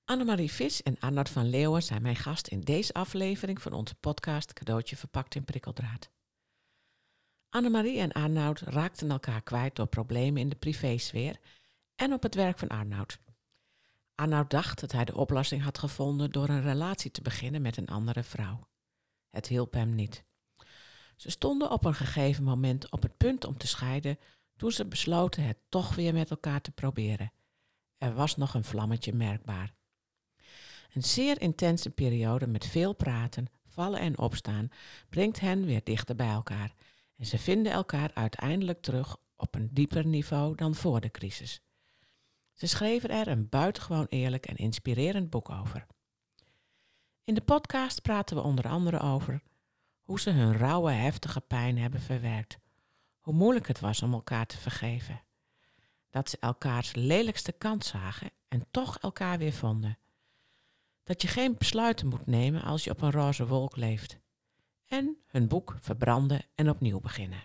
Annemarie Vis en Arnoud van Leeuwen zijn mijn gast in deze aflevering van onze podcast Cadeautje verpakt in prikkeldraad. Annemarie en Arnoud raakten elkaar kwijt door problemen in de privésfeer en op het werk van Arnoud. Arnoud dacht dat hij de oplossing had gevonden door een relatie te beginnen met een andere vrouw. Het hielp hem niet. Ze stonden op een gegeven moment op het punt om te scheiden toen ze besloten het toch weer met elkaar te proberen. Er was nog een vlammetje merkbaar. Een zeer intense periode met veel praten, vallen en opstaan brengt hen weer dichter bij elkaar. En ze vinden elkaar uiteindelijk terug op een dieper niveau dan voor de crisis. Ze schreven er een buitengewoon eerlijk en inspirerend boek over. In de podcast praten we onder andere over hoe ze hun rauwe, heftige pijn hebben verwerkt. Hoe moeilijk het was om elkaar te vergeven. Dat ze elkaars lelijkste kant zagen en toch elkaar weer vonden. Dat je geen besluiten moet nemen als je op een roze wolk leeft. En hun boek verbranden en opnieuw beginnen.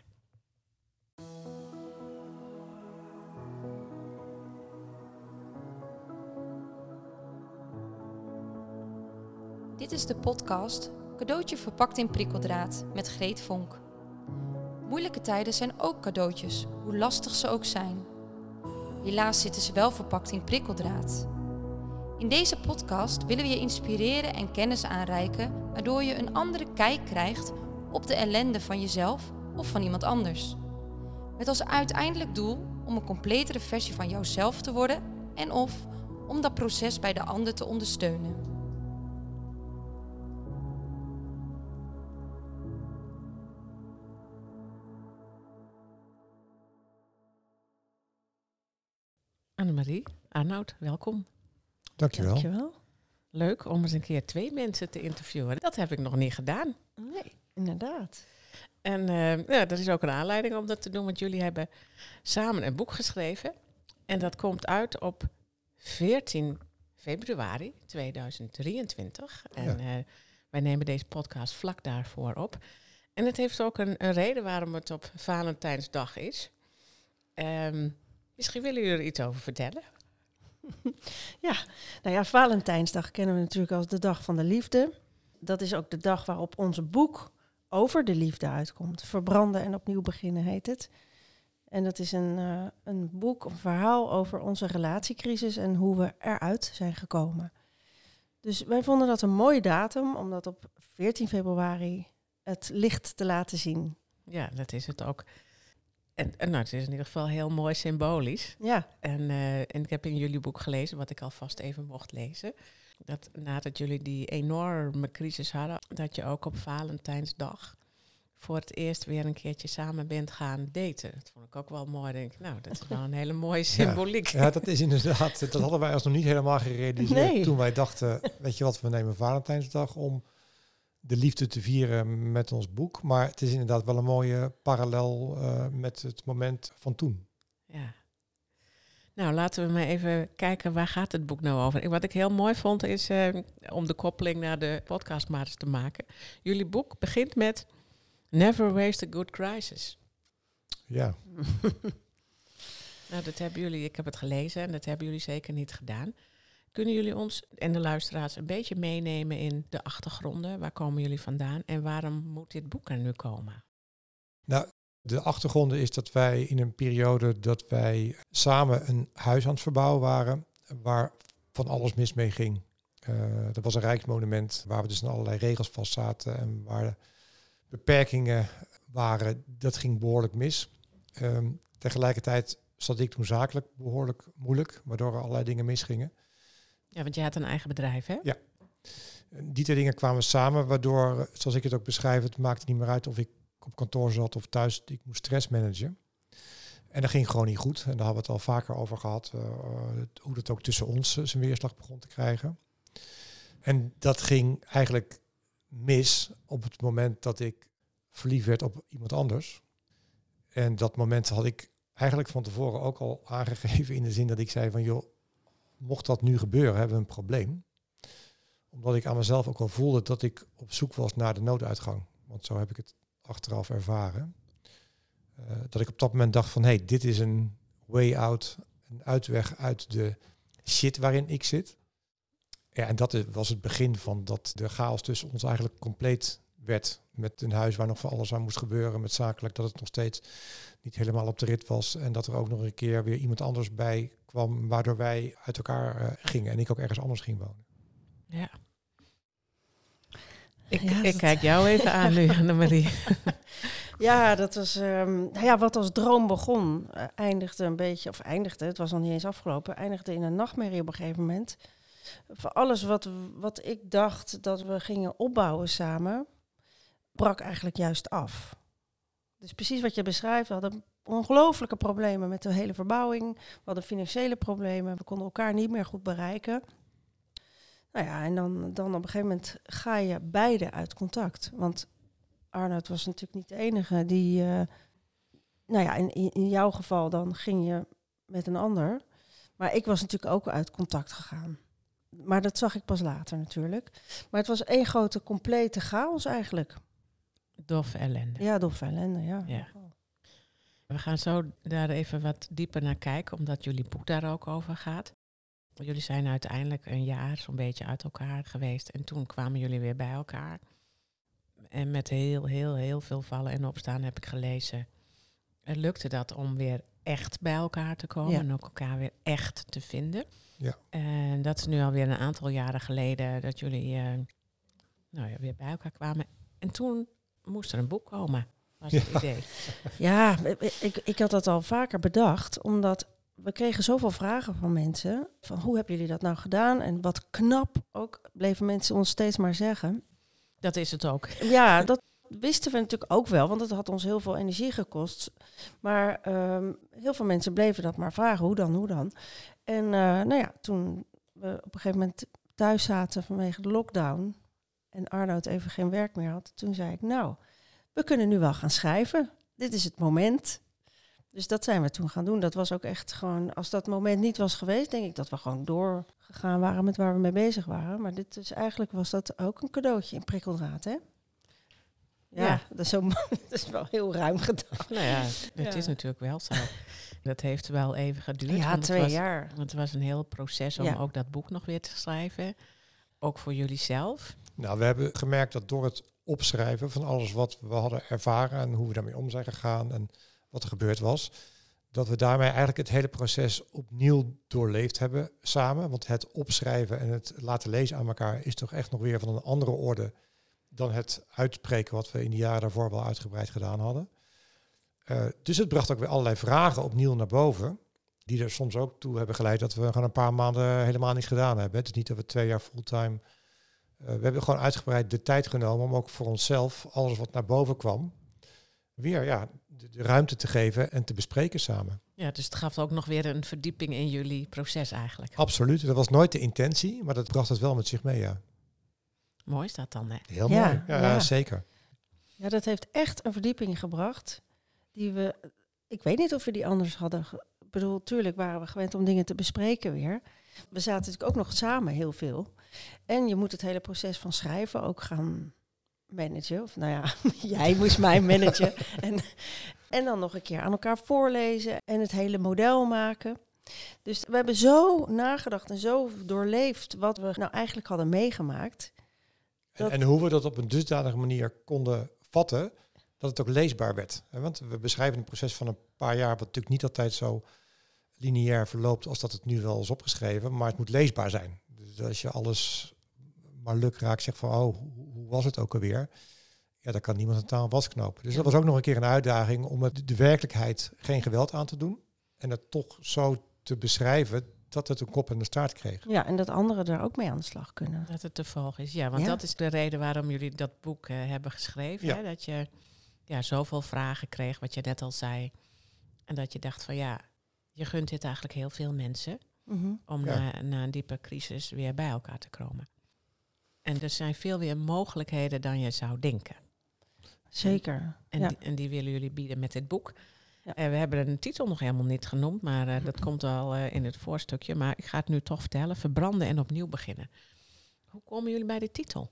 Dit is de podcast Cadeautje verpakt in prikkeldraad met Greet Vonk. Moeilijke tijden zijn ook cadeautjes, hoe lastig ze ook zijn. Helaas zitten ze wel verpakt in prikkeldraad. In deze podcast willen we je inspireren en kennis aanreiken, waardoor je een andere kijk krijgt op de ellende van jezelf of van iemand anders. Met als uiteindelijk doel om een completere versie van jouzelf te worden en of om dat proces bij de ander te ondersteunen. Annemarie, Arnoud, welkom. Dankjewel. Leuk om eens een keer 2 mensen te interviewen. Dat heb ik nog niet gedaan. Nee, inderdaad. En dat is ook een aanleiding om dat te doen, want jullie hebben samen een boek geschreven. En dat komt uit op 14 februari 2023. En wij nemen deze podcast vlak daarvoor op. En het heeft ook een reden waarom het op Valentijnsdag is. Misschien willen jullie er iets over vertellen? Ja, Valentijnsdag kennen we natuurlijk als de dag van de liefde. Dat is ook de dag waarop onze boek over de liefde uitkomt. Verbranden en opnieuw beginnen heet het. En dat is een boek, een verhaal over onze relatiecrisis en hoe we eruit zijn gekomen. Dus wij vonden dat een mooie datum, om dat op 14 februari het licht te laten zien. Ja, dat is het ook. En nou, het is in ieder geval heel mooi symbolisch. Ja. En ik heb in jullie boek gelezen, wat ik alvast even mocht lezen, dat nadat jullie die enorme crisis hadden, dat je ook op Valentijnsdag voor het eerst weer een keertje samen bent gaan daten. Dat vond ik ook wel mooi. Denk ik, nou, dat is wel een hele mooie symboliek. Ja, dat is inderdaad, dat hadden wij nog niet helemaal gerealiseerd. Nee. Toen wij dachten, weet je wat, we nemen Valentijnsdag om de liefde te vieren met ons boek. Maar het is inderdaad wel een mooie parallel met het moment van toen. Ja. Nou, laten we maar even kijken, waar gaat het boek nou over? Wat ik heel mooi vond is, om de koppeling naar de podcast maar eens te maken. Jullie boek begint met Never waste a good crisis. Ja. Nou, dat hebben jullie, ik heb het gelezen en dat hebben jullie zeker niet gedaan. Kunnen jullie ons en de luisteraars een beetje meenemen in de achtergronden? Waar komen jullie vandaan en waarom moet dit boek er nu komen? Nou, de achtergrond is dat wij in een periode dat wij samen een huis aan het verbouwen waren, waar van alles mis mee ging. Dat was een rijksmonument waar we dus aan allerlei regels vast zaten en waar beperkingen waren. Dat ging behoorlijk mis. Tegelijkertijd zat ik toen zakelijk behoorlijk moeilijk, waardoor er allerlei dingen misgingen. Ja, want je had een eigen bedrijf, hè? Ja. Die 2 dingen kwamen samen, waardoor, zoals ik het ook beschrijf, het maakte niet meer uit of ik op kantoor zat of thuis. Ik moest stress managen. En dat ging gewoon niet goed. En daar hebben we het al vaker over gehad, hoe dat ook tussen ons zijn weerslag begon te krijgen. En dat ging eigenlijk mis op het moment dat ik verliefd werd op iemand anders. En dat moment had ik eigenlijk van tevoren ook al aangegeven in de zin dat ik zei van, joh, mocht dat nu gebeuren, hebben we een probleem. Omdat ik aan mezelf ook al voelde dat ik op zoek was naar de nooduitgang. Want zo heb ik het achteraf ervaren. Dat ik op dat moment dacht van, hey, dit is een way out, een uitweg uit de shit waarin ik zit. Ja, en dat was het begin van dat de chaos tussen ons eigenlijk compleet werd. Met een huis waar nog van alles aan moest gebeuren. Met zakelijk dat het nog steeds niet helemaal op de rit was. En dat er ook nog een keer weer iemand anders bij kwam. Waardoor wij uit elkaar gingen. En ik ook ergens anders ging wonen. Ja. Ik kijk jou even aan nu, Annemarie. Ja, dat was wat als droom begon. Het was nog niet eens afgelopen. Eindigde in een nachtmerrie op een gegeven moment. Voor alles wat ik dacht dat we gingen opbouwen samen, brak eigenlijk juist af. Dus precies wat je beschrijft, we hadden ongelooflijke problemen met de hele verbouwing. We hadden financiële problemen, we konden elkaar niet meer goed bereiken. Nou ja, en dan op een gegeven moment ga je beide uit contact. Want Arnoud was natuurlijk niet de enige die... in jouw geval dan ging je met een ander. Maar ik was natuurlijk ook uit contact gegaan. Maar dat zag ik pas later natuurlijk. Maar het was één grote, complete chaos eigenlijk. Doffe ellende. Ja, doffe ellende, ja. We gaan zo daar even wat dieper naar kijken, omdat jullie boek daar ook over gaat. Jullie zijn uiteindelijk een jaar zo'n beetje uit elkaar geweest. En toen kwamen jullie weer bij elkaar. En met heel veel vallen en opstaan heb ik gelezen. Lukte dat om weer echt bij elkaar te komen en ook elkaar weer echt te vinden. Ja. En dat is nu alweer een aantal jaren geleden dat jullie weer bij elkaar kwamen. En toen moest er een boek komen, was het idee. Ja, ik had dat al vaker bedacht, omdat we kregen zoveel vragen van mensen. Van hoe hebben jullie dat nou gedaan? En wat knap ook, bleven mensen ons steeds maar zeggen. Dat is het ook. Ja, dat wisten we natuurlijk ook wel, want het had ons heel veel energie gekost. Maar heel veel mensen bleven dat maar vragen, hoe dan? En toen we op een gegeven moment thuis zaten vanwege de lockdown en Arnoud even geen werk meer had, toen zei ik, we kunnen nu wel gaan schrijven. Dit is het moment. Dus dat zijn we toen gaan doen. Dat was ook echt gewoon, als dat moment niet was geweest, denk ik dat we gewoon doorgegaan waren met waar we mee bezig waren. Maar eigenlijk was dat ook een cadeautje in prikkeldraad, hè? Ja. Dat is wel heel ruim gedacht. Nou ja, het is natuurlijk wel zo. Dat heeft wel even geduurd. Ja, 2 jaar. Want het was een heel proces om ook dat boek nog weer te schrijven. Ook voor jullie zelf. Nou, we hebben gemerkt dat door het opschrijven van alles wat we hadden ervaren en hoe we daarmee om zijn gegaan en wat er gebeurd was, dat we daarmee eigenlijk het hele proces opnieuw doorleefd hebben samen. Want het opschrijven en het laten lezen aan elkaar is toch echt nog weer van een andere orde dan het uitspreken wat we in de jaren daarvoor wel uitgebreid gedaan hadden. Dus het bracht ook weer allerlei vragen opnieuw naar boven, die er soms ook toe hebben geleid dat we gewoon een paar maanden helemaal niets gedaan hebben. Het is niet dat we 2 jaar fulltime... we hebben gewoon uitgebreid de tijd genomen om ook voor onszelf alles wat naar boven kwam weer de ruimte te geven en te bespreken samen. Ja, dus het gaf ook nog weer een verdieping in jullie proces eigenlijk. Absoluut, dat was nooit de intentie, maar dat bracht het wel met zich mee, ja. Mooi is dat dan, hè? Heel mooi, ja, zeker. Ja, dat heeft echt een verdieping gebracht ik weet niet of we die anders hadden. Ik bedoel, tuurlijk waren we gewend om dingen te bespreken weer. We zaten natuurlijk ook nog samen heel veel. En je moet het hele proces van schrijven ook gaan managen. Of jij moest mij managen. En dan nog een keer aan elkaar voorlezen en het hele model maken. Dus we hebben zo nagedacht en zo doorleefd wat we nou eigenlijk hadden meegemaakt. En hoe we dat op een dusdanige manier konden vatten, dat het ook leesbaar werd. Want we beschrijven een proces van een paar jaar, wat natuurlijk niet altijd zo lineair verloopt als dat het nu wel is opgeschreven, maar het moet leesbaar zijn. Dus als je alles maar lukraak zegt van, hoe was het ook alweer? Ja, dan kan niemand een taal vastknopen. Dus dat was ook nog een keer een uitdaging om de werkelijkheid geen geweld aan te doen en het toch zo te beschrijven dat het een kop en een staart kreeg. Ja, en dat anderen er ook mee aan de slag kunnen. Dat het te volgen is, ja. Want dat is de reden waarom jullie dat boek hebben geschreven. Ja. Hè? Dat je zoveel vragen kreeg, wat je net al zei. En dat je dacht van je gunt dit eigenlijk heel veel mensen om na een diepe crisis weer bij elkaar te komen. En er zijn veel meer mogelijkheden dan je zou denken. Zeker. En die willen jullie bieden met dit boek. Ja. We hebben een titel nog helemaal niet genoemd, maar dat komt wel in het voorstukje. Maar ik ga het nu toch vertellen. Verbranden en opnieuw beginnen. Hoe komen jullie bij de titel?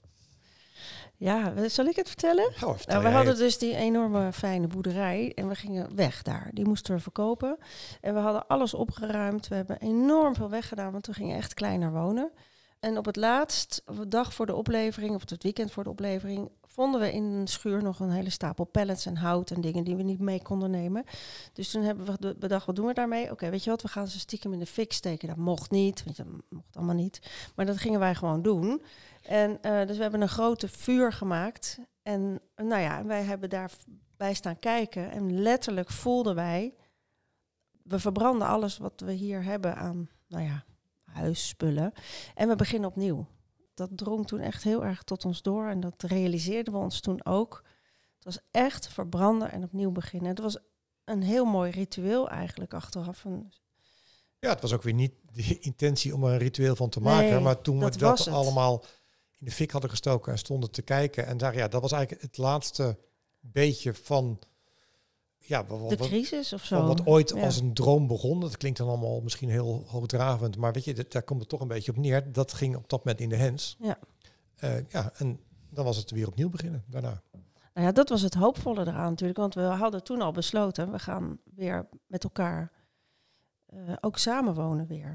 Ja, zal ik het vertellen? We hadden dus die enorme fijne boerderij en we gingen weg daar. Die moesten we verkopen. En we hadden alles opgeruimd. We hebben enorm veel weggedaan, want we gingen echt kleiner wonen. En op het laatst, op de dag voor de oplevering, of het weekend voor de oplevering, vonden we in een schuur nog een hele stapel pallets en hout en dingen die we niet mee konden nemen. Dus toen hebben we bedacht, wat doen we daarmee? Oké, weet je wat, we gaan ze stiekem in de fik steken. Dat mocht niet, want dat mocht allemaal niet. Maar dat gingen wij gewoon doen. En dus we hebben een grote vuur gemaakt. En wij hebben daarbij staan kijken. En letterlijk voelden wij, we verbranden alles wat we hier hebben aan, huisspullen. En we beginnen opnieuw. Dat drong toen echt heel erg tot ons door. En dat realiseerden we ons toen ook. Het was echt verbranden en opnieuw beginnen. Het was een heel mooi ritueel eigenlijk achteraf. Ja, het was ook weer niet de intentie om er een ritueel van te maken. Nee, maar toen we dat dat was het. allemaal in de fik hadden gestoken en stonden te kijken. En daar, dat was eigenlijk het laatste beetje van de crisis of zo. van wat ooit als een droom begon. Dat klinkt dan allemaal misschien heel hoogdravend. Maar weet je, daar komt het toch een beetje op neer. Dat ging op dat moment in de hands. Ja. En dan was het weer opnieuw beginnen daarna. Nou ja, dat was het hoopvolle eraan natuurlijk. Want we hadden toen al besloten, we gaan weer met elkaar ook samenwonen weer.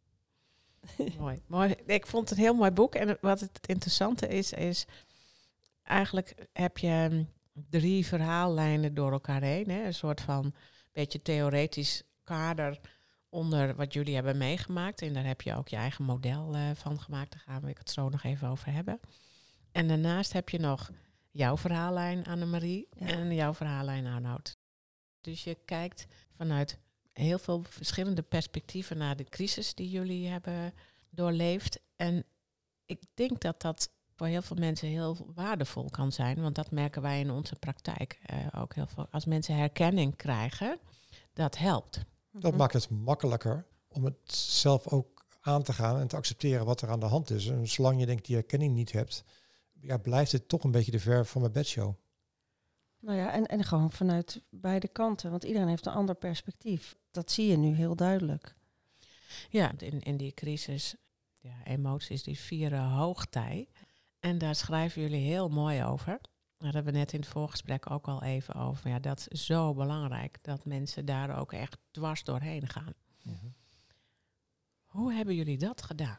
Mooi. Ik vond het een heel mooi boek. En wat het interessante is eigenlijk heb je 3 verhaallijnen door elkaar heen. Hè? Een soort van beetje theoretisch kader onder wat jullie hebben meegemaakt. En daar heb je ook je eigen model van gemaakt. Daar gaan we het zo nog even over hebben. En daarnaast heb je nog jouw verhaallijn, Annemarie, en jouw verhaallijn, Arnoud. Dus je kijkt vanuit heel veel verschillende perspectieven naar de crisis die jullie hebben doorleefd. En ik denk dat dat voor heel veel mensen heel waardevol kan zijn. Want dat merken wij in onze praktijk ook heel veel. Als mensen herkenning krijgen, dat helpt. Dat maakt het makkelijker om het zelf ook aan te gaan en te accepteren wat er aan de hand is. En zolang je denkt die herkenning niet hebt, blijft het toch een beetje de ver van mijn bedshow. Nou ja, en gewoon vanuit beide kanten. Want iedereen heeft een ander perspectief. Dat zie je nu heel duidelijk. Ja, in die crisis, emoties die vieren hoogtij. En daar schrijven jullie heel mooi over. Daar hebben we net in het voorgesprek ook al even over. Ja, dat is zo belangrijk, dat mensen daar ook echt dwars doorheen gaan. Mm-hmm. Hoe hebben jullie dat gedaan?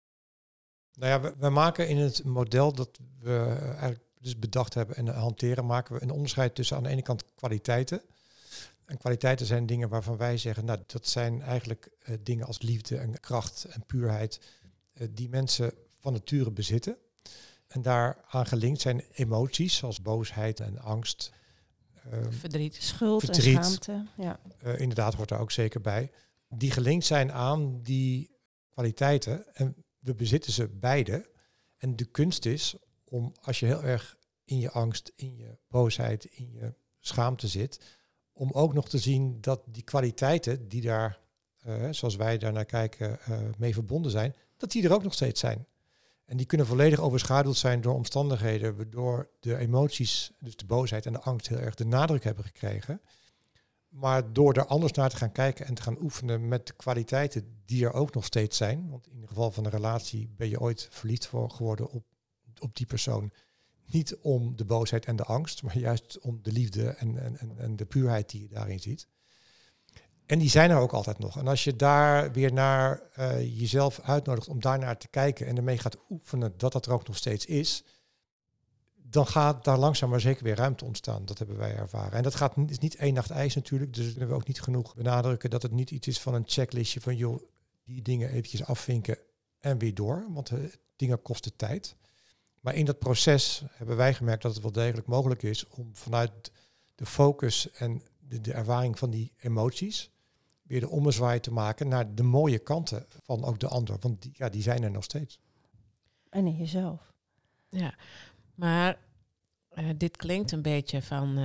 Nou ja, we maken in het model dat we eigenlijk dus bedacht hebben en hanteren, maken we een onderscheid tussen aan de ene kant kwaliteiten. En kwaliteiten zijn dingen waarvan wij zeggen, nou, dat zijn eigenlijk dingen als liefde en kracht en puurheid die mensen van nature bezitten. En daaraan gelinkt zijn emoties zoals boosheid en angst. Verdriet. Schuld en schaamte. Ja. Inderdaad, hoort daar ook zeker bij. Die gelinkt zijn aan die kwaliteiten. En we bezitten ze beide. En de kunst is om, als je heel erg in je angst, in je boosheid, in je schaamte zit, om ook nog te zien dat die kwaliteiten die daar, zoals wij daar naar kijken, mee verbonden zijn, dat die er ook nog steeds zijn. En die kunnen volledig overschaduwd zijn door omstandigheden waardoor de emoties, dus de boosheid en de angst, heel erg de nadruk hebben gekregen. Maar door er anders naar te gaan kijken en te gaan oefenen met de kwaliteiten die er ook nog steeds zijn. Want in het geval van een relatie ben je ooit verliefd geworden op die persoon. Niet om de boosheid en de angst, maar juist om de liefde en de puurheid die je daarin ziet. En die zijn er ook altijd nog. En als je daar weer naar jezelf uitnodigt om daarnaar te kijken en ermee gaat oefenen dat dat er ook nog steeds is, dan gaat daar langzaam maar zeker weer ruimte ontstaan. Dat hebben wij ervaren. En dat is niet één nacht ijs natuurlijk. Dus kunnen we ook niet genoeg benadrukken dat het niet iets is van een checklistje van joh, die dingen eventjes afvinken en weer door. Want dingen kosten tijd. Maar in dat proces hebben wij gemerkt dat het wel degelijk mogelijk is om vanuit de focus en de ervaring van die emoties weer de ommezwaai te maken naar de mooie kanten van ook de ander. Want die zijn er nog steeds. En in jezelf. Ja, maar dit klinkt een beetje van,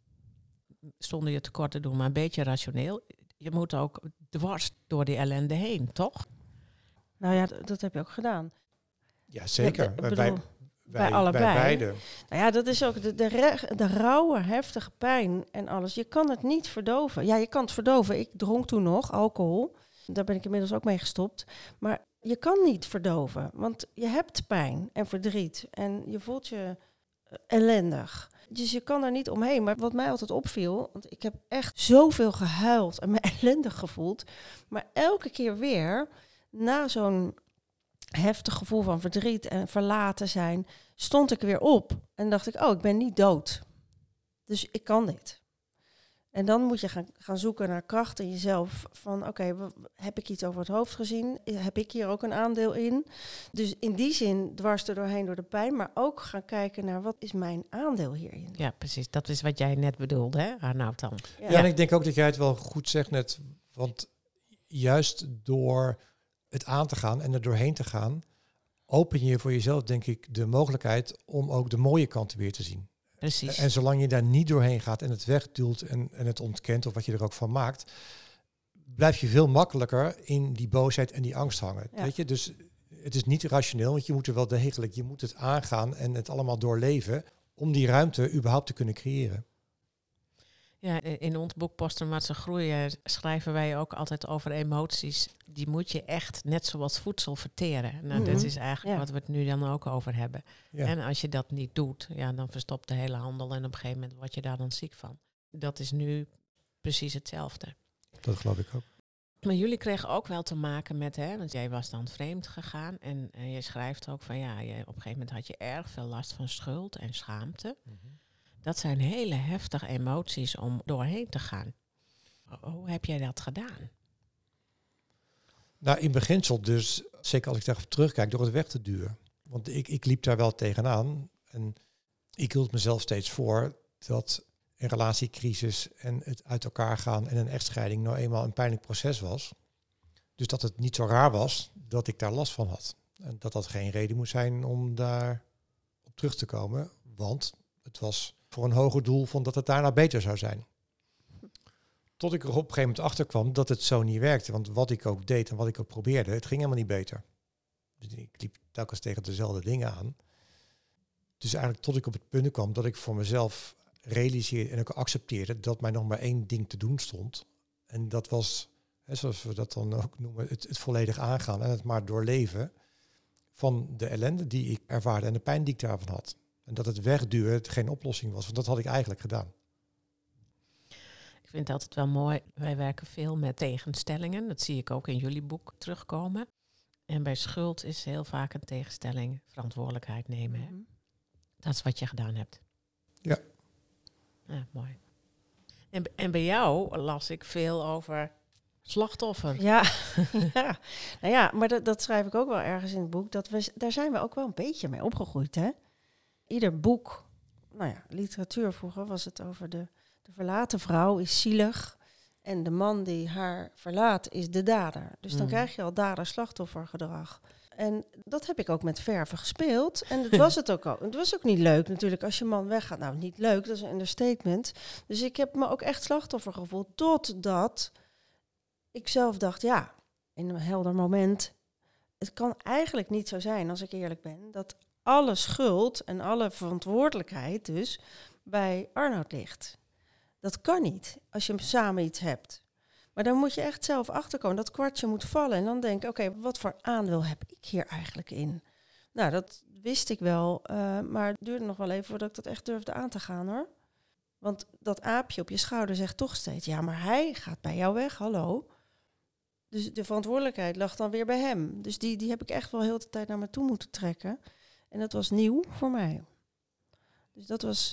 zonder je tekort te doen, maar een beetje rationeel. Je moet ook dwars door die ellende heen, toch? Nou ja, dat heb je ook gedaan. Ja, zeker. Bij allebei. Bij beide. Nou ja, dat is ook de rauwe, heftige pijn en alles. Je kan het niet verdoven. Ja, je kan het verdoven. Ik dronk toen nog alcohol. Daar ben ik inmiddels ook mee gestopt. Maar je kan niet verdoven, want je hebt pijn en verdriet. En je voelt je ellendig. Dus je kan er niet omheen. Maar wat mij altijd opviel, want ik heb echt zoveel gehuild en me ellendig gevoeld. Maar elke keer weer, na zo'n heftig gevoel van verdriet en verlaten zijn, stond ik weer op en dacht ik, ik ben niet dood. Dus ik kan dit. En dan moet je gaan zoeken naar kracht in jezelf. Van oké, heb ik iets over het hoofd gezien? Heb ik hier ook een aandeel in? Dus in die zin dwars er doorheen door de pijn. Maar ook gaan kijken naar wat is mijn aandeel hierin? Ja, precies. Dat is wat jij net bedoelde, hè, Arnoud dan. Ja, en ik denk ook dat jij het wel goed zegt net. Want juist door het aan te gaan en er doorheen te gaan, open je voor jezelf, denk ik, de mogelijkheid om ook de mooie kanten weer te zien. Precies. En zolang je daar niet doorheen gaat en het wegduwt en het ontkent of wat je er ook van maakt, blijf je veel makkelijker in die boosheid en die angst hangen. Ja. Weet je? Dus het is niet rationeel, want je moet er wel degelijk, je moet het aangaan en het allemaal doorleven om die ruimte überhaupt te kunnen creëren. Ja, in ons boek Posttraumatische Groei schrijven wij ook altijd over emoties. Die moet je echt net zoals voedsel verteren. Nou, dat is eigenlijk wat we het nu dan ook over hebben. Ja. En als je dat niet doet, dan verstopt de hele handel en op een gegeven moment word je daar dan ziek van. Dat is nu precies hetzelfde. Dat geloof ik ook. Maar jullie kregen ook wel te maken met, want jij was dan vreemd gegaan en je schrijft ook van op een gegeven moment had je erg veel last van schuld en schaamte. Mm-hmm. Dat zijn hele heftige emoties om doorheen te gaan. Hoe heb jij dat gedaan? Nou, in beginsel dus, zeker als ik daarop terugkijk, door het weg te duwen. Want ik liep daar wel tegenaan. En ik hield mezelf steeds voor dat een relatiecrisis en het uit elkaar gaan en een echtscheiding nou eenmaal een pijnlijk proces was. Dus dat het niet zo raar was dat ik daar last van had. En dat dat geen reden moest zijn om daar op terug te komen. Want het was voor een hoger doel van dat het daarna beter zou zijn. Tot ik er op een gegeven moment achter kwam dat het zo niet werkte. Want wat ik ook deed en wat ik ook probeerde, het ging helemaal niet beter. Dus ik liep telkens tegen dezelfde dingen aan. Dus eigenlijk tot ik op het punt kwam dat ik voor mezelf realiseerde en ook accepteerde dat mij nog maar één ding te doen stond. En dat was, zoals we dat dan ook noemen, het volledig aangaan en het maar doorleven van de ellende die ik ervaarde en de pijn die ik daarvan had. En dat het wegduwen geen oplossing was, want dat had ik eigenlijk gedaan. Ik vind het altijd wel mooi. Wij werken veel met tegenstellingen. Dat zie ik ook in jullie boek terugkomen. En bij schuld is heel vaak een tegenstelling verantwoordelijkheid nemen. Hè? Dat is wat je gedaan hebt. Ja. Ja, mooi. En bij jou las ik veel over slachtoffer. Ja, ja. Nou ja, maar dat schrijf ik ook wel ergens in het boek. Daar zijn we ook wel een beetje mee opgegroeid, hè? Ieder boek, literatuur vroeger was het over de verlaten vrouw is zielig. En de man die haar verlaat is de dader. Dus dan krijg je al dader-slachtoffergedrag. En dat heb ik ook met verven gespeeld. En dat was het ook al. Het was ook niet leuk natuurlijk als je man weggaat. Nou, niet leuk, dat is een understatement. Dus ik heb me ook echt slachtoffer gevoeld. Totdat ik zelf dacht, in een helder moment, het kan eigenlijk niet zo zijn, als ik eerlijk ben, dat alle schuld en alle verantwoordelijkheid dus bij Arnoud ligt. Dat kan niet, als je samen iets hebt. Maar dan moet je echt zelf achterkomen. Dat kwartje moet vallen. En dan denk ik, oké, wat voor aandeel heb ik hier eigenlijk in? Nou, dat wist ik wel. Maar het duurde nog wel even voordat ik dat echt durfde aan te gaan, hoor. Want dat aapje op je schouder zegt toch steeds, ja, maar hij gaat bij jou weg, hallo. Dus de verantwoordelijkheid lag dan weer bij hem. Dus die heb ik echt wel heel de tijd naar me toe moeten trekken. En dat was nieuw voor mij. Dus dat was,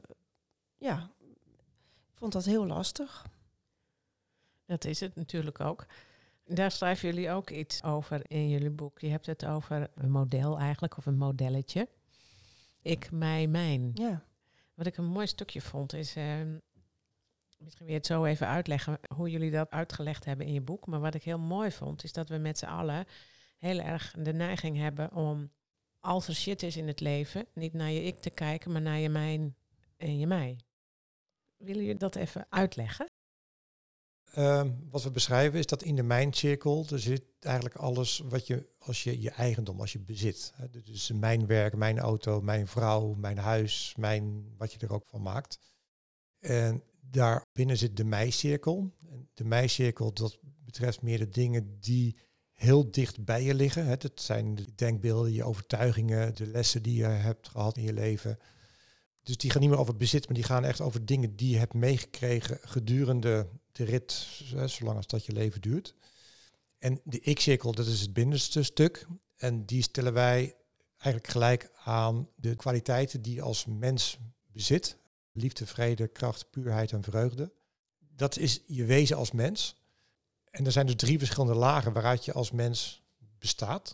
ik vond dat heel lastig. Dat is het natuurlijk ook. Daar schrijven jullie ook iets over in jullie boek. Je hebt het over een model eigenlijk, of een modelletje. Ik, mij, mijn. Ja. Wat ik een mooi stukje vond is, misschien wil je het zo even uitleggen hoe jullie dat uitgelegd hebben in je boek. Maar wat ik heel mooi vond, is dat we met z'n allen heel erg de neiging hebben om, als er shit is in het leven, niet naar je ik te kijken, maar naar je mijn en je mij. Willen jullie dat even uitleggen? Wat we beschrijven is dat in de mijncirkel, er zit eigenlijk alles wat je, als je eigendom, als je bezit. Hè, dus mijn werk, mijn auto, mijn vrouw, mijn huis, wat je er ook van maakt. En daarbinnen zit de mijcirkel. En de mijcirkel, dat betreft meer de dingen die heel dicht bij je liggen. Hè. Dat zijn de denkbeelden, je overtuigingen, de lessen die je hebt gehad in je leven. Dus die gaan niet meer over bezit, maar die gaan echt over dingen die je hebt meegekregen gedurende de rit, zolang als dat je leven duurt. En de ik-cirkel, dat is het binnenste stuk. En die stellen wij eigenlijk gelijk aan de kwaliteiten die je als mens bezit. Liefde, vrede, kracht, puurheid en vreugde. Dat is je wezen als mens. En er zijn dus 3 verschillende lagen waaruit je als mens bestaat.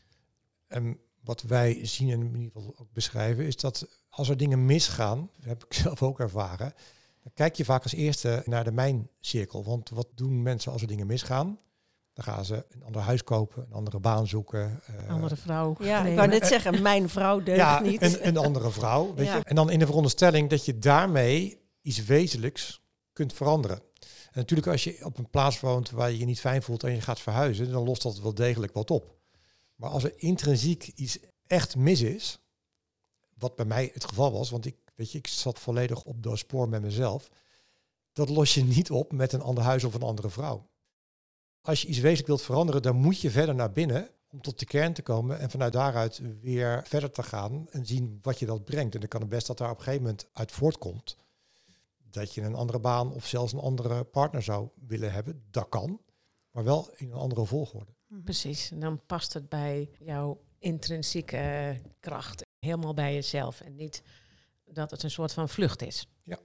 En wat wij zien en in ieder geval ook beschrijven, is dat als er dingen misgaan, dat heb ik zelf ook ervaren, dan kijk je vaak als eerste naar de mijncirkel. Want wat doen mensen als er dingen misgaan? Dan gaan ze een ander huis kopen, een andere baan zoeken. Andere vrouw. Ja, ik nemen. wou net zeggen, mijn vrouw deugt niet. Een andere vrouw. Weet Ja. je? En dan in de veronderstelling dat je daarmee iets wezenlijks kunt veranderen. En natuurlijk als je op een plaats woont waar je je niet fijn voelt en je gaat verhuizen, dan lost dat wel degelijk wat op. Maar als er intrinsiek iets echt mis is, wat bij mij het geval was, want ik zat volledig op dat spoor met mezelf, dat los je niet op met een ander huis of een andere vrouw. Als je iets wezenlijk wilt veranderen, dan moet je verder naar binnen om tot de kern te komen en vanuit daaruit weer verder te gaan en zien wat je dat brengt. En dan kan het best dat daar op een gegeven moment uit voortkomt dat je een andere baan of zelfs een andere partner zou willen hebben. Dat kan, maar wel in een andere volgorde. Precies, en dan past het bij jouw intrinsieke kracht. Helemaal bij jezelf en niet dat het een soort van vlucht is. Ja.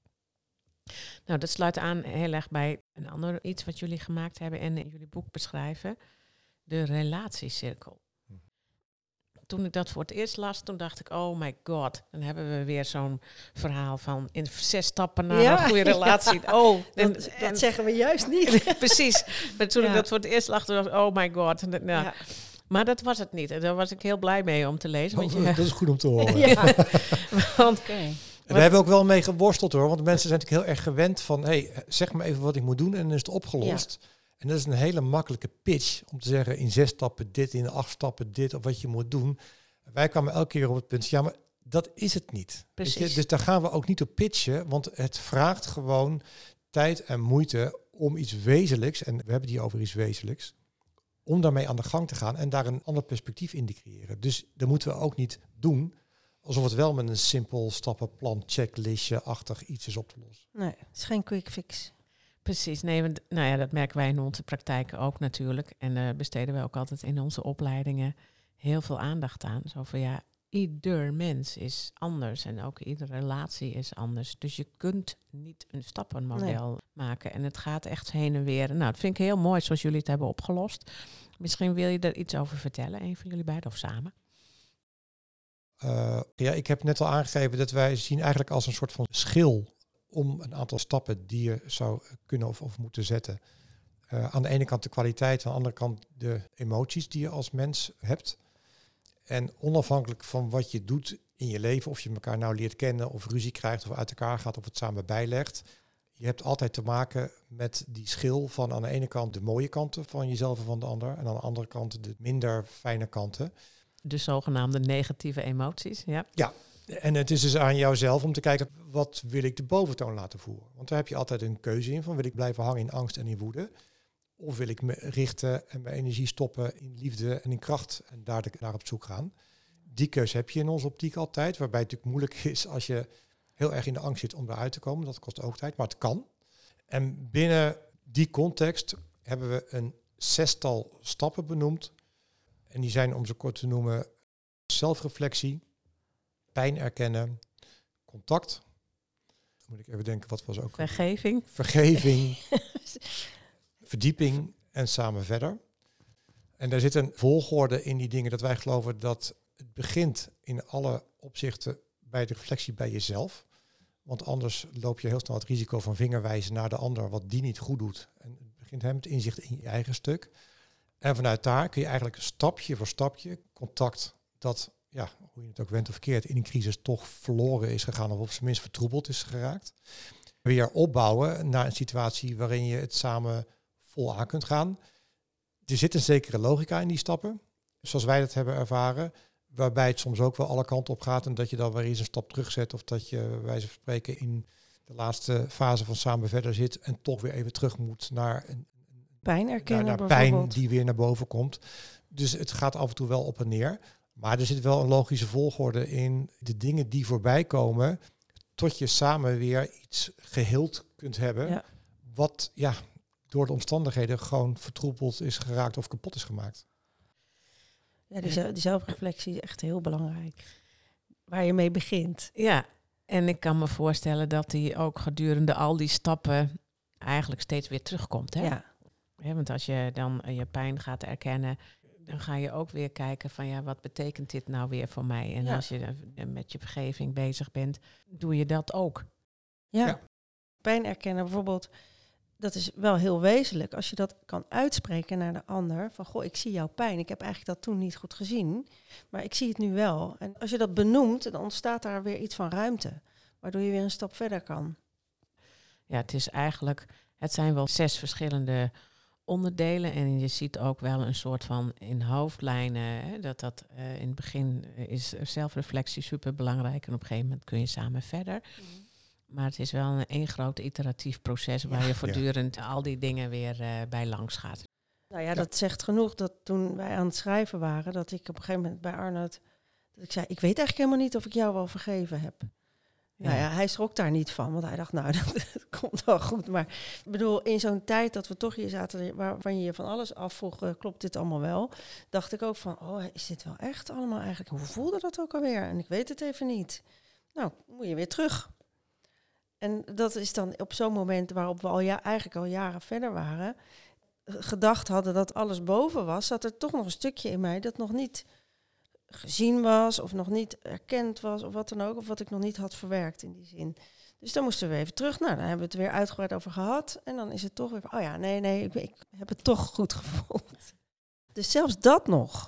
Nou, dat sluit aan heel erg bij een ander iets wat jullie gemaakt hebben en in jullie boek beschrijven. De relatiecirkel. Toen ik dat voor het eerst las, toen dacht ik, oh my god, dan hebben we weer zo'n verhaal van in 6 stappen naar een goede relatie. Ja. Oh, Dat zeggen we juist niet. precies. Maar toen ik dat voor het eerst las, toen dacht ik, oh my god. En Ja. Maar dat was het niet. En daar was ik heel blij mee om te lezen. Want Dat is goed om te horen. Ja. want En daar hebben we ook wel mee geworsteld hoor. Want mensen zijn natuurlijk heel erg gewend van, hey, zeg maar even wat ik moet doen en dan is het opgelost. Ja. En dat is een hele makkelijke pitch om te zeggen in 6 stappen dit, in 8 stappen dit, of wat je moet doen. Wij kwamen elke keer op het punt, ja, maar dat is het niet. Precies. Dus daar gaan we ook niet op pitchen, want het vraagt gewoon tijd en moeite om iets wezenlijks, en we hebben het hier over iets wezenlijks, om daarmee aan de gang te gaan en daar een ander perspectief in te creëren. Dus dat moeten we ook niet doen alsof het wel met een simpel stappenplan, checklistje-achtig iets is op te lossen. Nee, het is geen quick fix. Precies, nee, want, nou ja, dat merken wij in onze praktijken ook natuurlijk. En besteden wij ook altijd in onze opleidingen heel veel aandacht aan. Zo van ja, ieder mens is anders en ook iedere relatie is anders. Dus je kunt niet een stappenmodel maken. En het gaat echt heen en weer. Nou, dat vind ik heel mooi zoals jullie het hebben opgelost. Misschien wil je er iets over vertellen, een van jullie beiden of samen? Ja, ik heb net al aangegeven dat wij zien eigenlijk als een soort van schil om een aantal stappen die je zou kunnen of moeten zetten. Aan de ene kant de kwaliteit, aan de andere kant de emoties die je als mens hebt. En onafhankelijk van wat je doet in je leven, of je elkaar nou leert kennen of ruzie krijgt of uit elkaar gaat of het samen bijlegt, je hebt altijd te maken met die schil van aan de ene kant de mooie kanten van jezelf en van de ander en aan de andere kant de minder fijne kanten. De zogenaamde negatieve emoties, ja. Ja, en het is dus aan jouzelf om te kijken, wat wil ik de boventoon laten voeren? Want daar heb je altijd een keuze in van, wil ik blijven hangen in angst en in woede? Of wil ik me richten en mijn energie stoppen in liefde en in kracht en daar naar op zoek gaan? Die keuze heb je in onze optiek altijd, waarbij het natuurlijk moeilijk is als je heel erg in de angst zit om eruit te komen. Dat kost ook tijd, maar het kan. En binnen die context hebben we een 6-tal stappen benoemd. En die zijn, om ze kort te noemen, zelfreflectie, pijn erkennen, contact. Dan moet ik even denken, wat was ook? Vergeving, verdieping en samen verder. En daar zit een volgorde in die dingen dat wij geloven dat het begint in alle opzichten bij de reflectie bij jezelf. Want anders loop je heel snel het risico van vingerwijzen naar de ander wat die niet goed doet. En het begint met inzicht in je eigen stuk. En vanuit daar kun je eigenlijk stapje voor stapje contact dat, ja, hoe je het ook went of keert, in een crisis toch verloren is gegaan of op zijn minst vertroebeld is geraakt. Weer opbouwen naar een situatie waarin je het samen vol aan kunt gaan. Er zit een zekere logica in die stappen, zoals wij dat hebben ervaren, waarbij het soms ook wel alle kanten op gaat en dat je dan weer eens een stap terugzet of dat je, bij wijze van spreken, in de laatste fase van samen verder zit en toch weer even terug moet naar een pijn erkennen, naar pijn die weer naar boven komt. Dus het gaat af en toe wel op en neer. Maar er zit wel een logische volgorde in de dingen die voorbij komen, tot je samen weer iets geheeld kunt hebben, Ja. wat door de omstandigheden gewoon vertroebeld is geraakt of kapot is gemaakt. Ja, die zelfreflectie is echt heel belangrijk. Waar je mee begint. Ja, en ik kan me voorstellen dat die ook gedurende al die stappen eigenlijk steeds weer terugkomt. Hè? Ja. Want als je dan je pijn gaat erkennen, dan ga je ook weer kijken van ja, wat betekent dit nou weer voor mij? En als je met je vergeving bezig bent, doe je dat ook. Ja. Pijn erkennen bijvoorbeeld, dat is wel heel wezenlijk. Als je dat kan uitspreken naar de ander, van goh, ik zie jouw pijn. Ik heb eigenlijk dat toen niet goed gezien, maar ik zie het nu wel. En als je dat benoemt, dan ontstaat daar weer iets van ruimte, waardoor je weer een stap verder kan. Ja, het zijn wel 6 verschillende onderdelen. En je ziet ook wel een soort van in hoofdlijnen, hè, dat in het begin is zelfreflectie superbelangrijk. En op een gegeven moment kun je samen verder. Maar het is wel een één groot iteratief proces waar je voortdurend al die dingen weer bij langs gaat. Nou ja, dat zegt genoeg dat toen wij aan het schrijven waren, dat ik op een gegeven moment bij Arnoud, dat ik zei, ik weet eigenlijk helemaal niet of ik jou wel vergeven heb. Ja. Nou ja, hij schrok daar niet van, want hij dacht, nou, dat komt wel goed. Maar ik bedoel, in zo'n tijd dat we toch hier zaten, waarvan je je van alles afvroeg, klopt dit allemaal wel? Dacht ik ook van, oh, is dit wel echt allemaal eigenlijk? Hoe voelde dat ook alweer? En ik weet het even niet. Nou, moet je weer terug. En dat is dan op zo'n moment waarop we eigenlijk al jaren verder waren, gedacht hadden dat alles boven was, zat er toch nog een stukje in mij dat nog niet gezien was of nog niet erkend was of wat dan ook, of wat ik nog niet had verwerkt in die zin. Dus dan moesten we even terug. Nou, dan hebben we het weer uitgebreid over gehad en dan is het toch weer van, oh ja, nee, ik heb het toch goed gevoeld. Dus zelfs dat nog.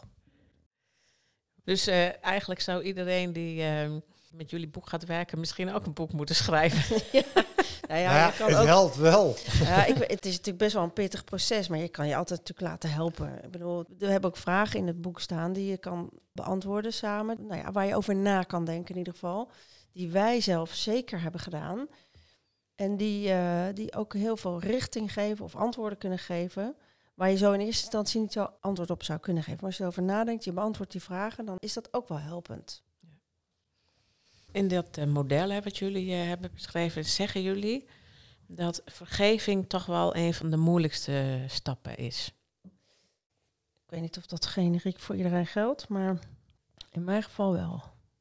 Dus eigenlijk zou iedereen die met jullie boek gaat werken misschien ook een boek moeten schrijven. Je kan het ook, helpt wel. Ja, het is natuurlijk best wel een pittig proces, maar je kan je altijd natuurlijk laten helpen. Ik bedoel, we hebben ook vragen in het boek staan die je kan beantwoorden samen. Nou ja, waar je over na kan denken in ieder geval. Die wij zelf zeker hebben gedaan. En die ook heel veel richting geven of antwoorden kunnen geven. Waar je zo in eerste instantie niet zo antwoord op zou kunnen geven. Maar als je erover nadenkt, je beantwoordt die vragen, dan is dat ook wel helpend. In dat model wat jullie hebben beschreven, zeggen jullie dat vergeving toch wel een van de moeilijkste stappen is. Ik weet niet of dat generiek voor iedereen geldt, maar in mijn geval wel.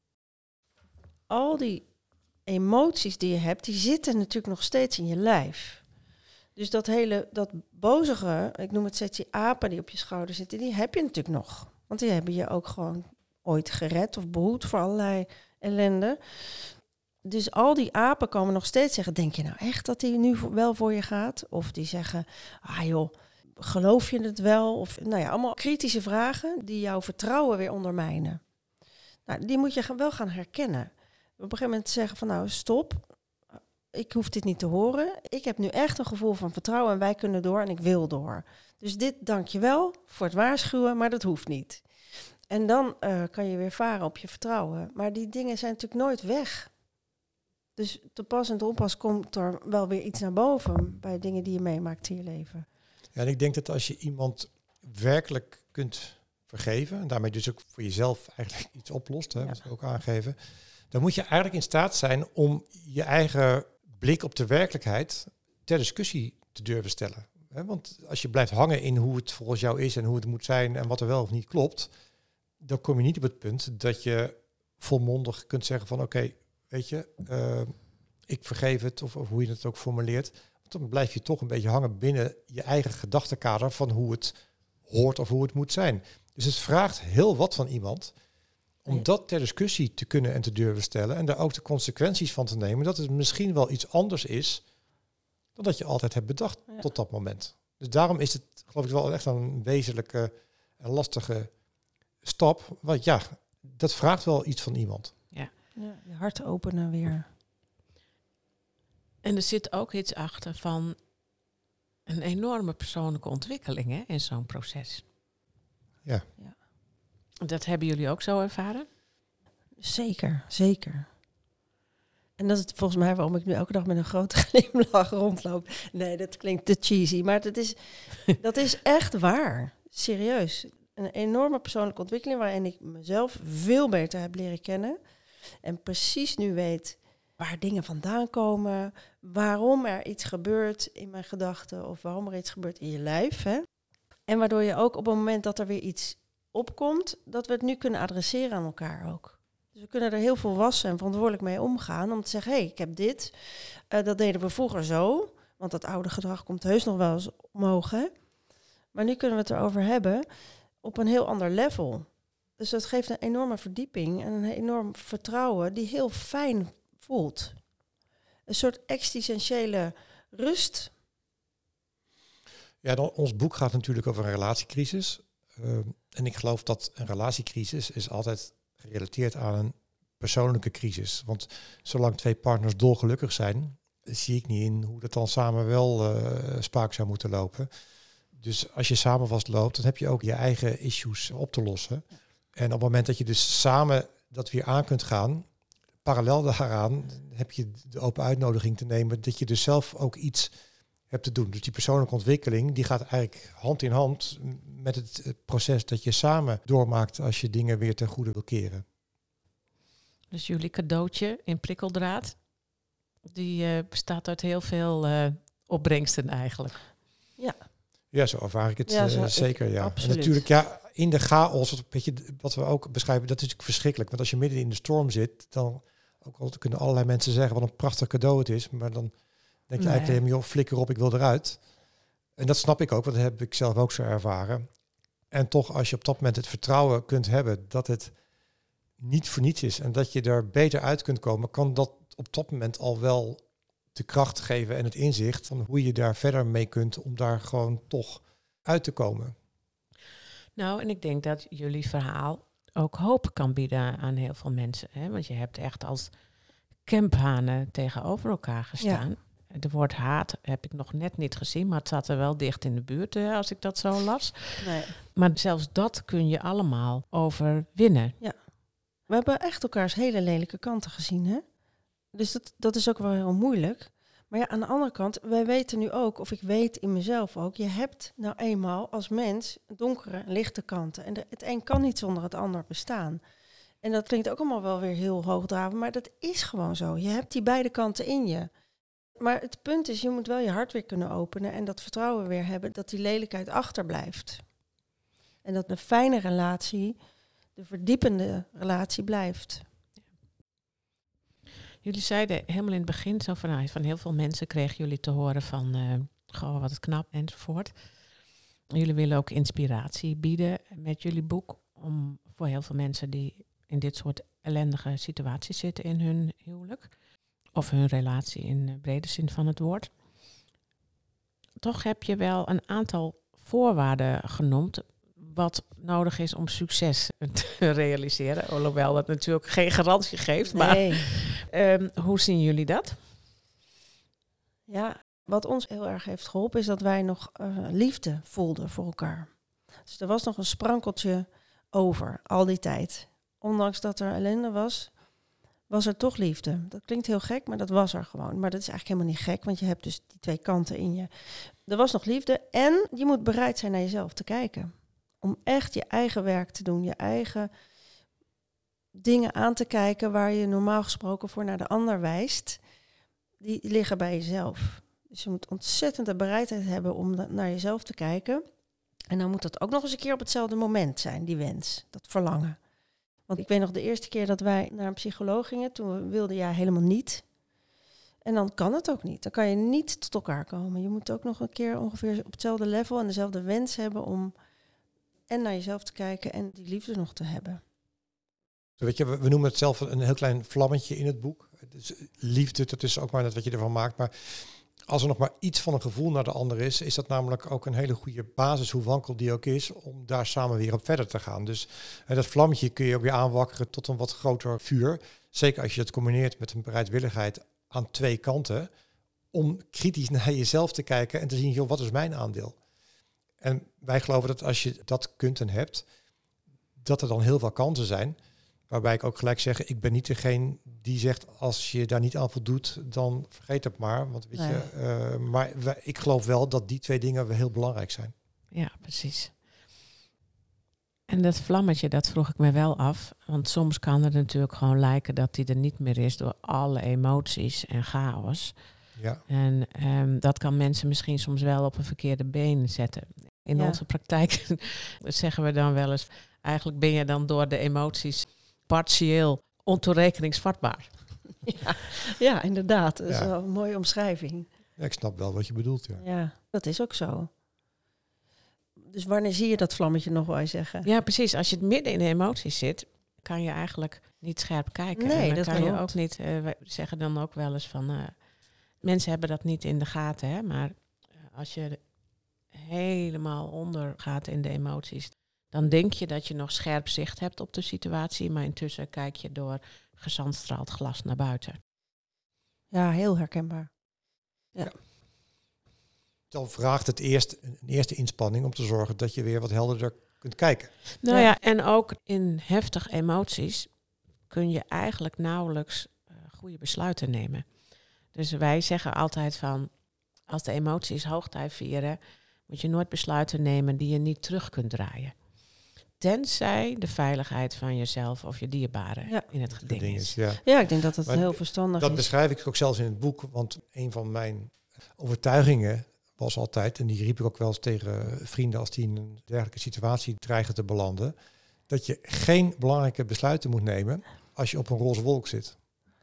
Al die emoties die je hebt, die zitten natuurlijk nog steeds in je lijf. Dus dat bozige, ik noem het steeds die apen die op je schouder zitten, die heb je natuurlijk nog. Want die hebben je ook gewoon ooit gered of behoed voor allerlei ellende. Dus al die apen komen nog steeds zeggen, denk je nou echt dat die nu wel voor je gaat? Of die zeggen, ah joh, geloof je het wel? Of nou ja, allemaal kritische vragen die jouw vertrouwen weer ondermijnen. Nou, die moet je wel gaan herkennen. Op een gegeven moment zeggen van nou, stop. Ik hoef dit niet te horen. Ik heb nu echt een gevoel van vertrouwen en wij kunnen door en ik wil door. Dus dit dank je wel voor het waarschuwen, maar dat hoeft niet. En dan kan je weer varen op je vertrouwen. Maar die dingen zijn natuurlijk nooit weg. Dus te pas en te onpas komt er wel weer iets naar boven bij dingen die je meemaakt in je leven. Ja, en ik denk dat als je iemand werkelijk kunt vergeven, en daarmee dus ook voor jezelf eigenlijk iets oplost, hè, wat we ook aangeven, dan moet je eigenlijk in staat zijn om je eigen blik op de werkelijkheid ter discussie te durven stellen. Want als je blijft hangen in hoe het volgens jou is en hoe het moet zijn en wat er wel of niet klopt, dan kom je niet op het punt dat je volmondig kunt zeggen van oké, weet je, ik vergeef het, of hoe je het ook formuleert. Want dan blijf je toch een beetje hangen binnen je eigen gedachtenkader van hoe het hoort of hoe het moet zijn. Dus het vraagt heel wat van iemand om dat ter discussie te kunnen en te durven stellen en daar ook de consequenties van te nemen, dat het misschien wel iets anders is dan dat je altijd hebt bedacht tot dat moment. Dus daarom is het, geloof ik, wel echt een wezenlijke en lastige stap. Want ja, dat vraagt wel iets van iemand. Ja, je hart openen weer. En er zit ook iets achter van een enorme persoonlijke ontwikkeling, hè, in zo'n proces. Ja. Dat hebben jullie ook zo ervaren? Zeker, zeker. En dat is volgens mij waarom ik nu elke dag met een grote glimlach rondloop. Nee, dat klinkt te cheesy, maar dat is echt waar. Serieus. Een enorme persoonlijke ontwikkeling waarin ik mezelf veel beter heb leren kennen. En precies nu weet waar dingen vandaan komen, waarom er iets gebeurt in mijn gedachten of waarom er iets gebeurt in je lijf. Hè? En waardoor je ook op het moment dat er weer iets opkomt, dat we het nu kunnen adresseren aan elkaar ook. Dus we kunnen er heel volwassen en verantwoordelijk mee omgaan om te zeggen, hé, ik heb dit. Dat deden we vroeger zo, want dat oude gedrag komt heus nog wel eens omhoog. Hè? Maar nu kunnen we het erover hebben op een heel ander level. Dus dat geeft een enorme verdieping en een enorm vertrouwen die heel fijn voelt. Een soort existentiële rust. Ja, ons boek gaat natuurlijk over een relatiecrisis. En ik geloof dat een relatiecrisis is altijd gerelateerd aan een persoonlijke crisis. Want zolang twee partners dolgelukkig zijn, zie ik niet in hoe dat dan samen wel spaak zou moeten lopen. Dus als je samen vastloopt, dan heb je ook je eigen issues op te lossen. En op het moment dat je dus samen dat weer aan kunt gaan, parallel daaraan heb je de open uitnodiging te nemen dat je dus zelf ook iets hebt te doen. Dus die persoonlijke ontwikkeling, die gaat eigenlijk hand in hand met het proces dat je samen doormaakt als je dingen weer ten goede wil keren. Dus jullie cadeautje in prikkeldraad, die bestaat uit heel veel opbrengsten eigenlijk. Ja, zo ervaar ik het zeker. Ja. Absoluut. En natuurlijk, in de chaos, wat we ook beschrijven, dat is natuurlijk verschrikkelijk. Want als je midden in de storm zit, dan ook al kunnen allerlei mensen zeggen wat een prachtig cadeau het is, maar dan denk je eigenlijk helemaal, joh, flikker op, ik wil eruit. En dat snap ik ook, want dat heb ik zelf ook zo ervaren. En toch, als je op dat moment het vertrouwen kunt hebben dat het niet voor niets is en dat je er beter uit kunt komen, kan dat op dat moment al wel de kracht geven en het inzicht van hoe je daar verder mee kunt om daar gewoon toch uit te komen. Nou, en ik denk dat jullie verhaal ook hoop kan bieden aan heel veel mensen. Hè? Want je hebt echt als kemphanen tegenover elkaar gestaan. Ja. Het woord haat heb ik nog net niet gezien, maar het zat er wel dicht in de buurt als ik dat zo las. Nee. Maar zelfs dat kun je allemaal overwinnen. Ja. We hebben echt elkaars hele lelijke kanten gezien, hè? Dus dat is ook wel heel moeilijk. Maar ja, aan de andere kant, wij weten nu ook, of ik weet in mezelf ook, je hebt nou eenmaal als mens donkere en lichte kanten. En het een kan niet zonder het ander bestaan. En dat klinkt ook allemaal wel weer heel hoogdravend, maar dat is gewoon zo. Je hebt die beide kanten in je. Maar het punt is, je moet wel je hart weer kunnen openen en dat vertrouwen weer hebben dat die lelijkheid achterblijft. En dat de fijne relatie, de verdiepende relatie blijft. Jullie zeiden helemaal in het begin zo van heel veel mensen kregen jullie te horen van gewoon wat knap enzovoort. Jullie willen ook inspiratie bieden met jullie boek om voor heel veel mensen die in dit soort ellendige situaties zitten in hun huwelijk of hun relatie in de brede zin van het woord. Toch heb je wel een aantal voorwaarden genoemd wat nodig is om succes te realiseren. Alhoewel dat natuurlijk geen garantie geeft. Nee. Maar hoe zien jullie dat? Ja, wat ons heel erg heeft geholpen is dat wij nog liefde voelden voor elkaar. Dus er was nog een sprankeltje over al die tijd. Ondanks dat er ellende was er toch liefde. Dat klinkt heel gek, maar dat was er gewoon. Maar dat is eigenlijk helemaal niet gek, want je hebt dus die twee kanten in je. Er was nog liefde en je moet bereid zijn naar jezelf te kijken. Om echt je eigen werk te doen, je eigen dingen aan te kijken waar je normaal gesproken voor naar de ander wijst. Die liggen bij jezelf. Dus je moet ontzettend de bereidheid hebben om naar jezelf te kijken. En dan moet dat ook nog eens een keer op hetzelfde moment zijn, die wens, dat verlangen. Want ik weet nog de eerste keer dat wij naar een psycholoog gingen, toen wilde jij helemaal niet. En dan kan het ook niet. Dan kan je niet tot elkaar komen. Je moet ook nog een keer ongeveer op hetzelfde level en dezelfde wens hebben om en naar jezelf te kijken en die liefde nog te hebben. Weet je, we noemen het zelf een heel klein vlammetje in het boek. Dus liefde, dat is ook maar net wat je ervan maakt. Maar als er nog maar iets van een gevoel naar de ander is dat namelijk ook een hele goede basis, hoe wankel die ook is, om daar samen weer op verder te gaan. Dus dat vlammetje kun je ook weer aanwakkeren tot een wat groter vuur. Zeker als je het combineert met een bereidwilligheid aan twee kanten, om kritisch naar jezelf te kijken en te zien, joh, wat is mijn aandeel? En wij geloven dat als je dat kunt en hebt, dat er dan heel veel kansen zijn. Waarbij ik ook gelijk zeg, ik ben niet degene die zegt, als je daar niet aan voldoet, dan vergeet het maar. Want weet je, maar ik geloof wel dat die twee dingen wel heel belangrijk zijn. Ja, precies. En dat vlammetje, dat vroeg ik me wel af. Want soms kan het natuurlijk gewoon lijken dat die er niet meer is door alle emoties en chaos. Ja. En dat kan mensen misschien soms wel op een verkeerde been zetten. In Ja. onze praktijk zeggen we dan wel eens, eigenlijk ben je dan door de emoties partieel ontoerekeningsvatbaar. Ja, inderdaad. Dat is Ja. wel een mooie omschrijving. Ja, ik snap wel wat je bedoelt. Ja. Ja, dat is ook zo. Dus wanneer zie je dat vlammetje nog, wou je zeggen? Ja, precies. Als je midden in de emoties zit, kan je eigenlijk niet scherp kijken. Nee, en dan dat kan je klopt. ook niet. We zeggen dan ook wel eens van, mensen hebben dat niet in de gaten, hè? Maar als je helemaal onder gaat in de emoties, dan denk je dat je nog scherp zicht hebt op de situatie, maar intussen kijk je door gezandstraald glas naar buiten. Ja, heel herkenbaar. Dan vraagt het eerst een eerste inspanning om te zorgen dat je weer wat helderder kunt kijken. Nou Ja. ja, en ook in heftige emoties kun je eigenlijk nauwelijks goede besluiten nemen. Dus wij zeggen altijd van, als de emoties hoogtij vieren, moet je nooit besluiten nemen die je niet terug kunt draaien. Tenzij de veiligheid van jezelf of je dierbaren Ja. in het geding is. Ja. Ja, ik denk dat het Maar heel verstandig Dat is. beschrijf ik ook zelfs in het boek, want een van mijn overtuigingen was altijd, en die riep ik ook wel eens tegen vrienden als die in een dergelijke situatie dreigen te belanden, dat je geen belangrijke besluiten moet nemen als je op een roze wolk zit.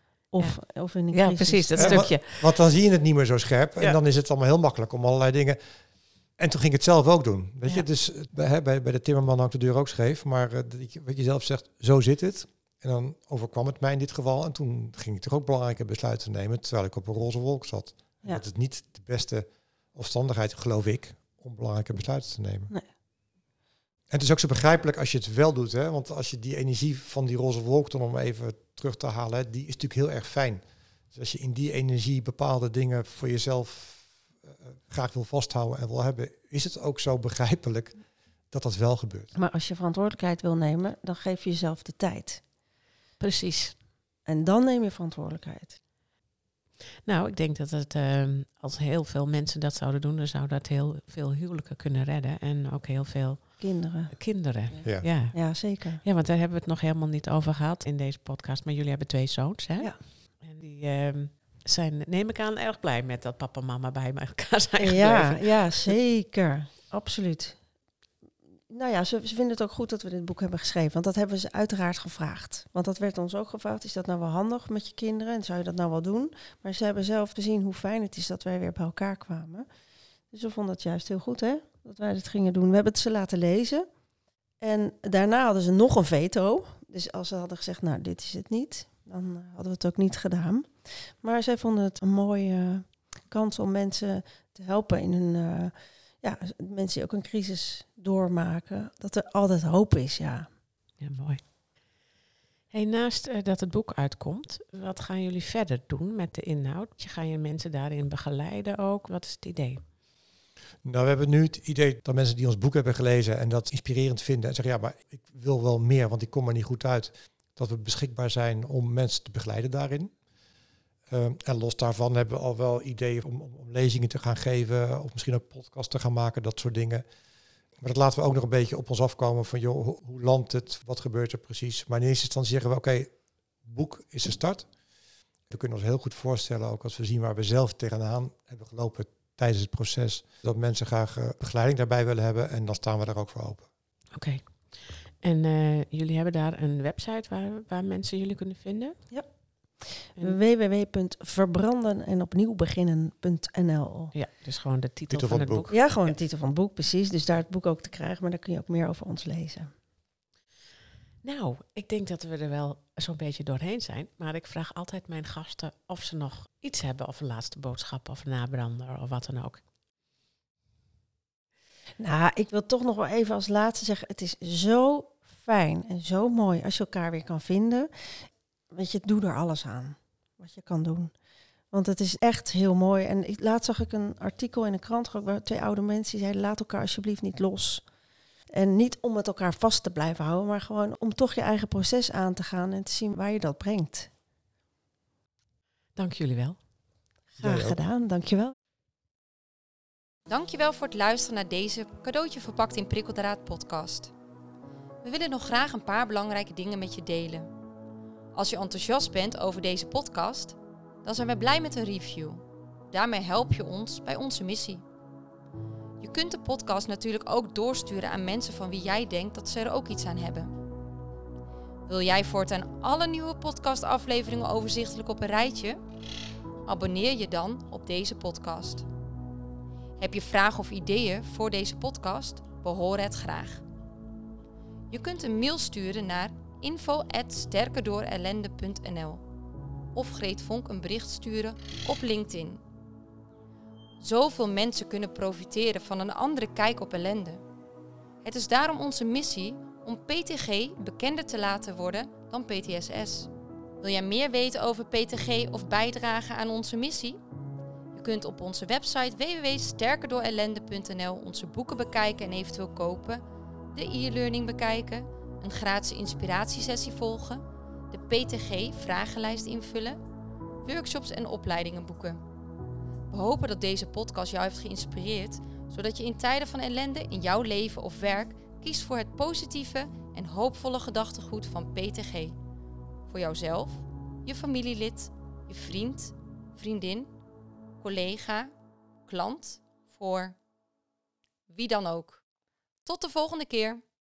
Of in een Ja, crisis. precies, dat Ja, stukje. Want dan zie je het niet meer zo scherp en Ja. dan is het allemaal heel makkelijk om allerlei dingen. En toen ging ik het zelf ook doen. Weet Ja. je, dus bij de timmerman had ik de deur ook scheef, maar wat je zelf zegt, zo zit het. En dan overkwam het mij in dit geval en toen ging ik toch ook belangrijke besluiten nemen terwijl ik op een roze wolk zat. Ja. Dat is niet de beste omstandigheid, geloof ik, om belangrijke besluiten te nemen. Nee. En het is ook zo begrijpelijk als je het wel doet, hè? Want als je die energie van die roze wolk, dan om even terug te halen, hè, die is natuurlijk heel erg fijn. Dus als je in die energie bepaalde dingen voor jezelf graag wil vasthouden en wil hebben, is het ook zo begrijpelijk dat dat wel gebeurt. Maar als je verantwoordelijkheid wil nemen, dan geef je jezelf de tijd. Precies. En dan neem je verantwoordelijkheid. Nou, ik denk dat het, als heel veel mensen dat zouden doen, dan zou dat heel veel huwelijken kunnen redden. En ook heel veel Kinderen. kinderen. Ja. Ja. Ja, zeker. Ja, want daar hebben we het nog helemaal niet over gehad in deze podcast. Maar jullie hebben 2 zoons, hè? Ja. En die zijn, neem ik aan, erg blij met dat papa en mama bij elkaar zijn Ja, gebleven. ja, zeker. Absoluut. Nou ja, ze vinden het ook goed dat we dit boek hebben geschreven. Want dat hebben ze uiteraard gevraagd. Want dat werd ons ook gevraagd. Is dat nou wel handig met je kinderen? En zou je dat nou wel doen? Maar ze hebben zelf gezien hoe fijn het is dat wij weer bij elkaar kwamen. Dus ze vonden het juist heel goed, hè? Dat wij dit gingen doen. We hebben het ze laten lezen. En daarna hadden ze nog een veto. Dus als ze hadden gezegd, nou, dit is het niet, dan hadden we het ook niet gedaan. Maar zij vonden het een mooie kans om mensen te helpen in hun... mensen die ook een crisis doormaken. Dat er altijd hoop is, ja. Ja, mooi. Hey, naast dat het boek uitkomt, wat gaan jullie verder doen met de inhoud? Gaan je mensen daarin begeleiden ook? Wat is het idee? Nou, we hebben nu het idee dat mensen die ons boek hebben gelezen en dat inspirerend vinden en zeggen, ja, maar ik wil wel meer, want ik kom er niet goed uit. Dat we beschikbaar zijn om mensen te begeleiden daarin. En los daarvan hebben we al wel ideeën om lezingen te gaan geven, of misschien ook podcasts te gaan maken, dat soort dingen. Maar dat laten we ook nog een beetje op ons afkomen van, joh, hoe landt het, wat gebeurt er precies? Maar in eerste instantie zeggen we, oké, boek is de start. We kunnen ons heel goed voorstellen, ook als we zien waar we zelf tegenaan hebben gelopen tijdens het proces, dat mensen graag begeleiding daarbij willen hebben en dan staan we daar ook voor open. Oké. En jullie hebben daar een website waar mensen jullie kunnen vinden? Ja. En- www.verbranden-en-opnieuwbeginnen.nl. Ja, dus gewoon de titel van het boek. Ja, gewoon de titel van het boek, precies. Dus daar het boek ook te krijgen, maar daar kun je ook meer over ons lezen. Nou, ik denk dat we er wel zo'n beetje doorheen zijn. Maar ik vraag altijd mijn gasten of ze nog iets hebben, of een laatste boodschap, of een nabrander, of wat dan ook. Nou, ik wil toch nog wel even als laatste zeggen, het is zo fijn en zo mooi als je elkaar weer kan vinden. Weet je, doe er alles aan wat je kan doen. Want het is echt heel mooi. En laatst zag ik een artikel in een krant, ook waar 2 oude mensen die zeiden, laat elkaar alsjeblieft niet los. En niet om het elkaar vast te blijven houden, maar gewoon om toch je eigen proces aan te gaan en te zien waar je dat brengt. Dank jullie wel. Graag Jij ook. gedaan, dankjewel. Dankjewel voor het luisteren naar deze Cadeautje verpakt in prikkeldraad podcast. We willen nog graag een paar belangrijke dingen met je delen. Als je enthousiast bent over deze podcast, dan zijn we blij met een review. Daarmee help je ons bij onze missie. Je kunt de podcast natuurlijk ook doorsturen aan mensen van wie jij denkt dat ze er ook iets aan hebben. Wil jij voortaan alle nieuwe podcastafleveringen overzichtelijk op een rijtje? Abonneer je dan op deze podcast. Heb je vragen of ideeën voor deze podcast? We horen het graag. Je kunt een mail sturen naar info@sterkerdoorellende.nl of Greet Vonk een bericht sturen op LinkedIn. Zoveel mensen kunnen profiteren van een andere kijk op ellende. Het is daarom onze missie om PTG bekender te laten worden dan PTSS. Wil jij meer weten over PTG of bijdragen aan onze missie? Je kunt op onze website www.sterkerdoorellende.nl onze boeken bekijken en eventueel kopen, de e-learning bekijken, een gratis inspiratiesessie volgen, de PTG-vragenlijst invullen, workshops en opleidingen boeken. We hopen dat deze podcast jou heeft geïnspireerd, zodat je in tijden van ellende in jouw leven of werk kiest voor het positieve en hoopvolle gedachtegoed van PTG. Voor jouzelf, je familielid, je vriend, vriendin, collega, klant, voor wie dan ook. Tot de volgende keer.